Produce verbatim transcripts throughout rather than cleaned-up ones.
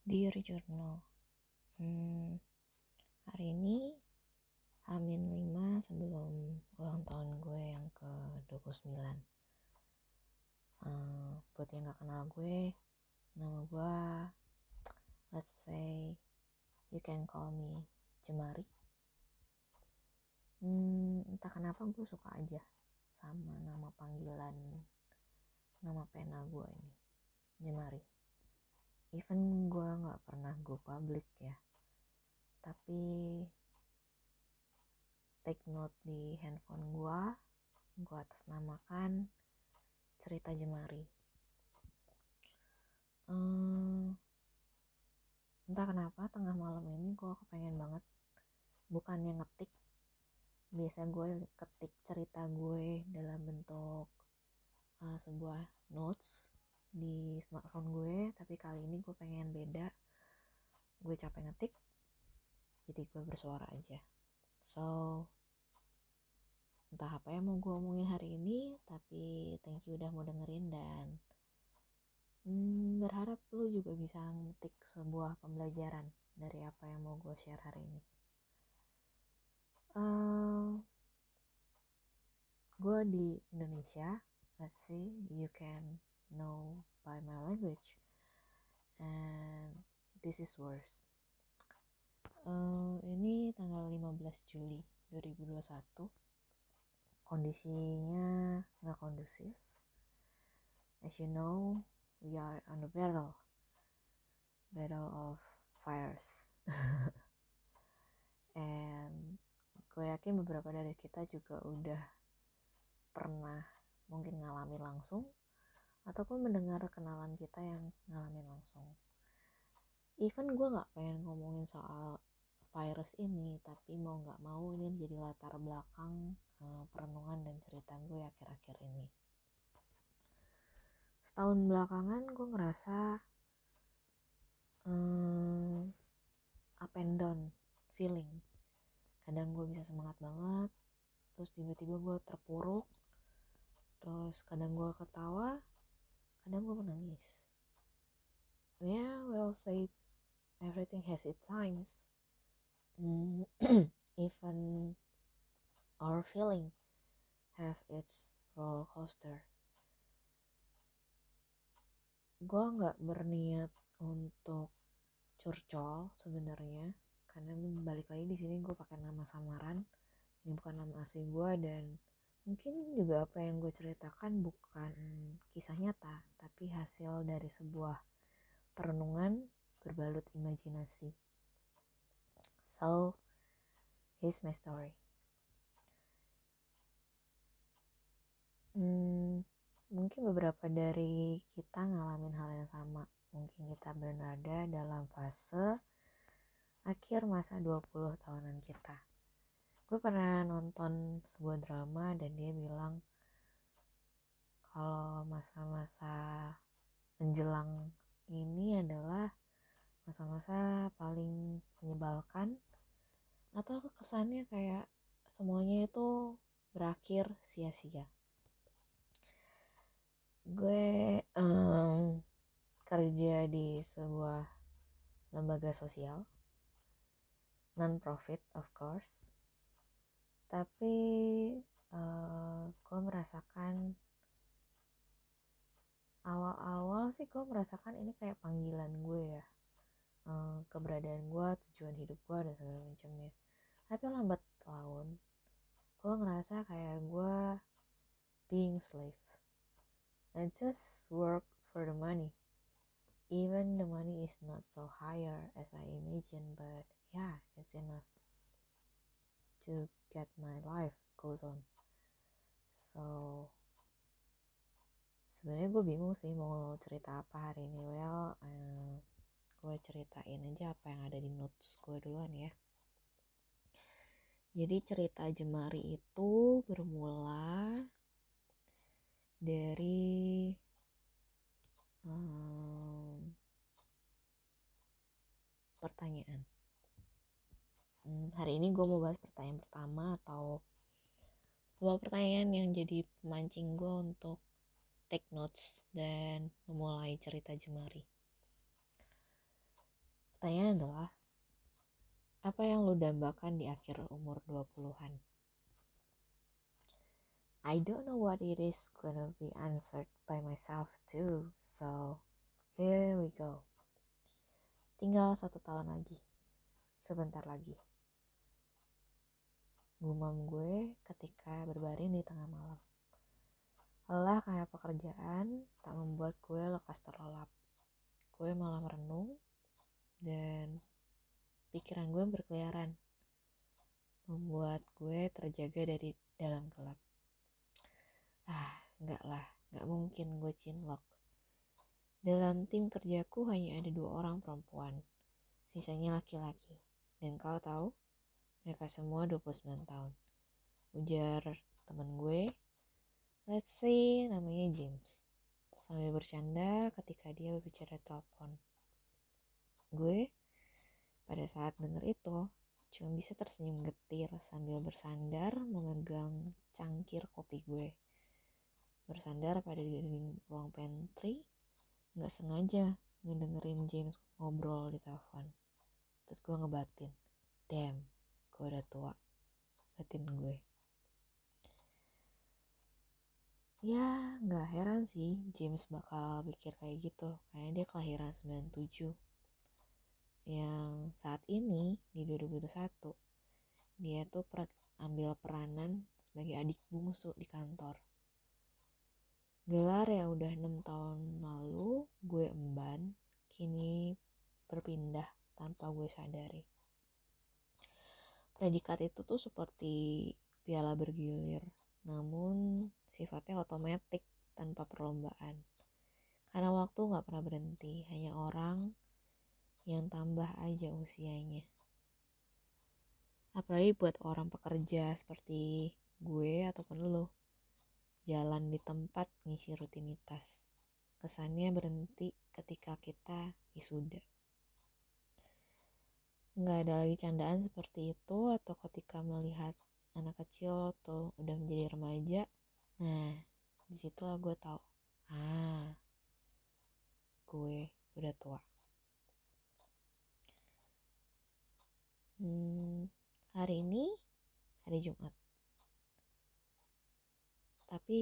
Dear Journal, hmm, hari ini Hamin lima sebelum ulang tahun gue yang ke dua puluh sembilan. Uh, buat yang gak kenal gue, nama gue, let's say, you can call me Jemari. Hmm, entah kenapa gue suka aja sama nama panggilan, nama pena gue ini, Jemari. Even gue gak pernah go public ya, tapi take note di handphone gue, gue atas namakan Cerita Jemari. Hmm, entah kenapa tengah malam ini gue kepengen banget, bukannya ngetik, biasa gue ketik cerita gue dalam bentuk uh, sebuah notes di smartphone gue, tapi kali ini gue pengen beda, gue capek ngetik, jadi gue bersuara aja. So, entah apa yang mau gue omongin hari ini, tapi thank you udah mau dengerin dan hmm, berharap lu juga bisa ngetik sebuah pembelajaran dari apa yang mau gue share hari ini. Uh, gue di Indonesia, let's see, you can know by my language, and this is worse. Uh, ini tanggal lima belas Juli dua ribu dua puluh satu, kondisinya nggak kondusif. As you know, we are on the battle, battle of fires. And gue yakin beberapa dari kita juga udah pernah mungkin ngalamin langsung ataupun mendengar kenalan kita yang ngalamin langsung. Even gue gak pengen ngomongin soal virus ini, tapi mau gak mau ini jadi latar belakang uh, perenungan dan cerita gue akhir-akhir ini. Setahun belakangan gue ngerasa um, up and down feeling. Kadang gue bisa semangat banget, terus tiba-tiba gue terpuruk, terus kadang gue ketawa, kadang gue menangis. Yeah, well said, everything has its times. Mm, even our feeling have its roller coaster. Gue nggak berniat untuk curcol sebenarnya, karena balik lagi di sini gue pakai nama samaran. Ini bukan nama asli gue dan mungkin juga apa yang gue ceritakan bukan kisah nyata, tapi hasil dari sebuah perenungan berbalut imajinasi. So, here's my story. Hmm, mungkin beberapa dari kita ngalamin hal yang sama. Mungkin kita berada dalam fase akhir masa dua puluh tahunan kita. Gue pernah nonton sebuah drama dan dia bilang kalau masa-masa menjelang ini adalah masa-masa paling menyebalkan, atau kesannya kayak semuanya itu berakhir sia-sia. Gue um, kerja di sebuah lembaga sosial, non-profit of course, tapi uh, gue merasakan awal-awal sih gue merasakan ini kayak panggilan gue ya, uh, keberadaan gue, tujuan hidup gue dan segala macamnya. Tapi lambat laun gue ngerasa kayak gue being slave. I just work for the money. Even the money is not so higher as I imagine, but yeah, it's enough to get my life goes on. So, sebenarnya gue bingung sih mau cerita apa hari ini. Well, uh, gue ceritain aja apa yang ada di notes gue duluan ya. Jadi cerita Jemari itu bermula dari um, pertanyaan. Hmm, hari ini gue mau bahas pertanyaan pertama atau sebuah pertanyaan yang jadi pemancing gue untuk take notes dan memulai cerita Jemari. Pertanyaannya adalah, apa yang lu dambakan di akhir umur dua puluhan? I don't know what it is gonna be answered by myself too. So, here we go. Tinggal satu tahun lagi. Sebentar lagi. Gumam gue ketika berbaring di tengah malam. Lelah karena pekerjaan tak membuat gue lekas terlelap. Gue malah merenung dan pikiran gue berkeliaran, membuat gue terjaga dari dalam gelap. Ah, enggak lah, enggak mungkin gue cinlok. Dalam tim kerjaku hanya ada dua orang perempuan, sisanya laki-laki. Dan kau tahu, mereka semua dua puluh sembilan tahun. Ujar temen gue, let's say namanya James, sambil bercanda ketika dia berbicara telepon. Gue pada saat denger itu cuma bisa tersenyum getir sambil bersandar memegang cangkir kopi gue. Bersandar pada dinding ruang pantry, gak sengaja ngedengerin James ngobrol di telepon. Terus gue ngebatin, damn, gue udah tua. Batin gue. Ya gak heran sih James bakal pikir kayak gitu, karena dia kelahiran sembilan puluh tujuh. Yang saat ini di dua ribu dua puluh satu dia tuh per- ambil peranan sebagai adik bungsu di kantor. Gelar yang udah enam tahun lalu gue emban kini berpindah tanpa gue sadari. Predikat itu tuh seperti piala bergilir, namun sifatnya otomatis tanpa perlombaan. Karena waktu gak pernah berhenti, hanya orang yang tambah aja usianya. Apalagi buat orang pekerja seperti gue ataupun lo, jalan di tempat ngisi rutinitas. Kesannya berhenti ketika kita wisuda. Nggak ada lagi candaan seperti itu, atau ketika melihat anak kecil tuh udah menjadi remaja. Nah, disitulah gue tahu, ah, gue udah tua. Hmm, hari ini hari Jumat. Tapi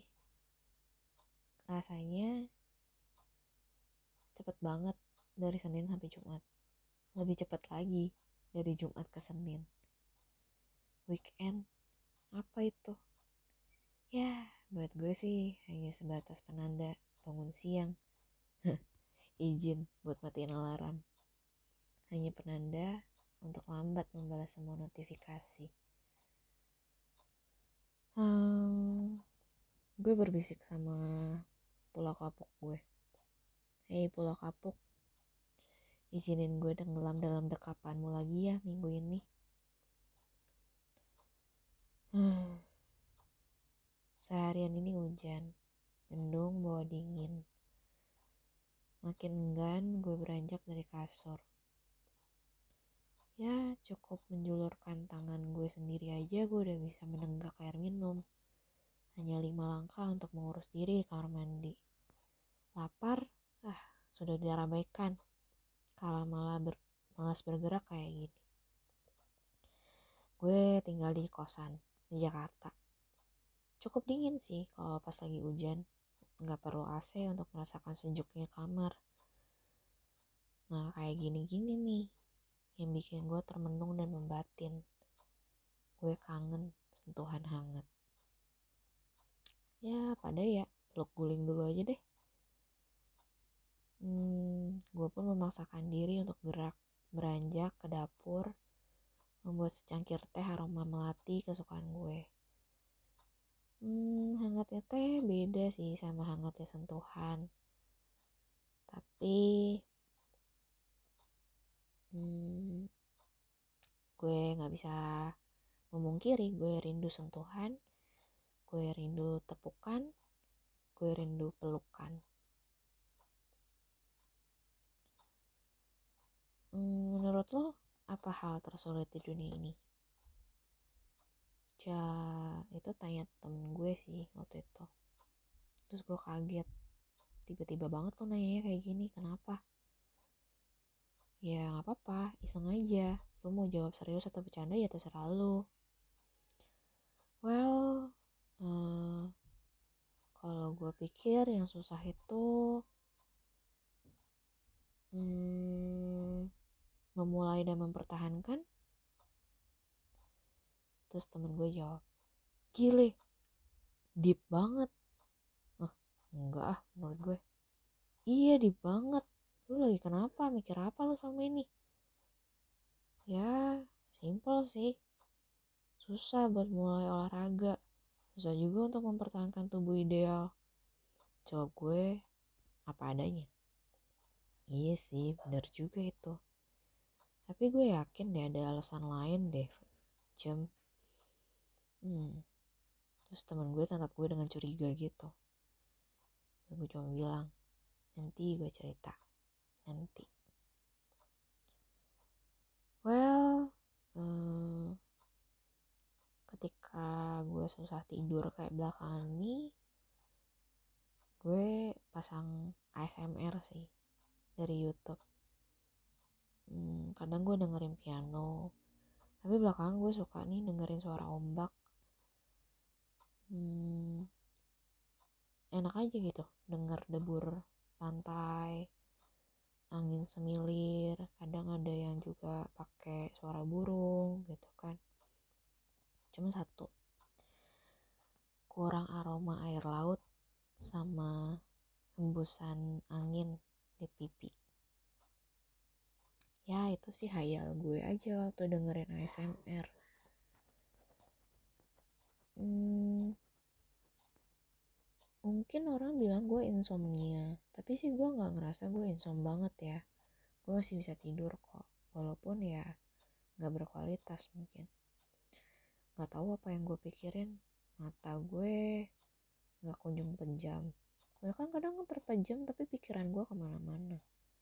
rasanya cepet banget dari Senin sampai Jumat. Lebih cepet lagi dari Jumat ke Senin. Weekend, apa itu? Ya, buat gue sih hanya sebatas penanda bangun siang. Izin buat matiin alarm. Hanya penanda untuk lambat membalas semua notifikasi. Hmm, gue berbisik sama pulau kapuk gue. Hei pulau kapuk, izinin gue tenggelam dalam dekapanmu lagi ya minggu ini. Hmm. Seharian ini hujan, mendung bawa dingin. Makin enggan gue beranjak dari kasur. Ya cukup menjulurkan tangan gue sendiri aja gue udah bisa menenggak air minum. Hanya lima langkah untuk mengurus diri di kamar mandi. Lapar, ah sudah dirabaikan. Kalau malah ber, malas bergerak kayak gini. Gue tinggal di kosan di Jakarta. Cukup dingin sih kalau pas lagi hujan. Gak perlu A C untuk merasakan sejuknya kamar. Nah kayak gini-gini nih yang bikin gue termenung dan membatin. Gue kangen sentuhan hangat. Ya pada ya peluk guling dulu aja deh. Hmm, gue pun memaksakan diri untuk gerak, beranjak ke dapur, membuat secangkir teh aroma melati kesukaan gue. Hmm, hangatnya teh beda sih sama hangatnya sentuhan. Tapi hmm, gue gak bisa memungkiri gue rindu sentuhan, gue rindu tepukan, gue rindu pelukan. Hmm, menurut lo apa hal tersulit di dunia ini? Ja, itu tanya temen gue sih waktu itu. Terus gue kaget, tiba-tiba banget lo nanyanya kayak gini, kenapa? ya nggak apa-apa, iseng aja. Lu mau jawab serius atau bercanda ya terserah lu. Well, uh, kalau gue pikir yang susah itu hmm, memulai dan mempertahankan. Terus temen gue jawab, gile, deep banget. Ah, enggak ah, menurut gue. Iya, deep banget. Lu lagi kenapa? Mikir apa lu sama ini? Ya, simple sih. Susah buat mulai olahraga. Susah juga untuk mempertahankan tubuh ideal. Jawab gue, apa adanya. Iya sih, bener juga itu. Tapi gue yakin deh ada alasan lain deh, Jam. Hmm. Terus teman gue tangkap gue dengan curiga gitu. Terus gue cuma bilang, nanti gue cerita. Nanti. Well, hmm, ketika gue susah tidur kayak belakangan ini, gue pasang A S M R sih dari YouTube. Hmm, kadang gue dengerin piano, tapi belakangan gue suka nih dengerin suara ombak. Hmm, enak aja gitu, denger debur pantai, angin semilir. Kadang ada yang juga pakai suara burung gitu kan. Cuma satu, kurang aroma air laut sama hembusan angin di pipi. Ya itu sih hayal gue aja waktu dengerin A S M R. Hmm, mungkin orang bilang gue insomnia, tapi sih gue nggak ngerasa gue insom banget ya. Gue masih bisa tidur kok, walaupun ya nggak berkualitas mungkin. Nggak tahu apa yang gue pikirin, mata gue nggak kunjung pejam. Gue kan kadang terpejam tapi pikiran gue kemana-mana.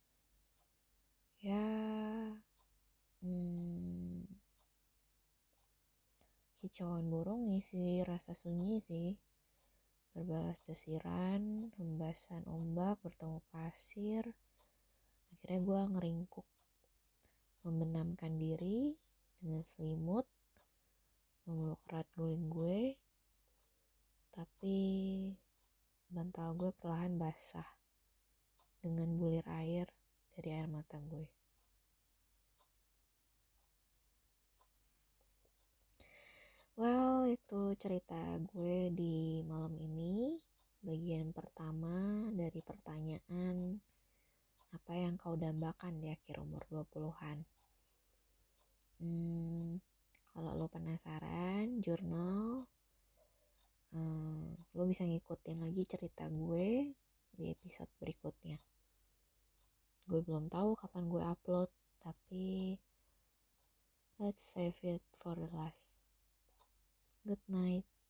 Ya, hmm, kicauan burung ngisi rasa sunyi sih. Berbalas desiran, hembasan ombak bertemu pasir. Akhirnya gue ngeringkuk, membenamkan diri dengan selimut, memeluk erat guling gue, tapi bantal gue perlahan basah dengan bulir air dari air mata gue. Well, itu cerita gue di malam ini. Bagian pertama dari pertanyaan, apa yang kau dambakan di akhir umur dua puluhan? Hmm, kalau lo penasaran, jurnal, hmm, lo bisa ngikutin lagi cerita gue di episode berikutnya. Gue belum tahu kapan gue upload, tapi let's save it for the last. Good night.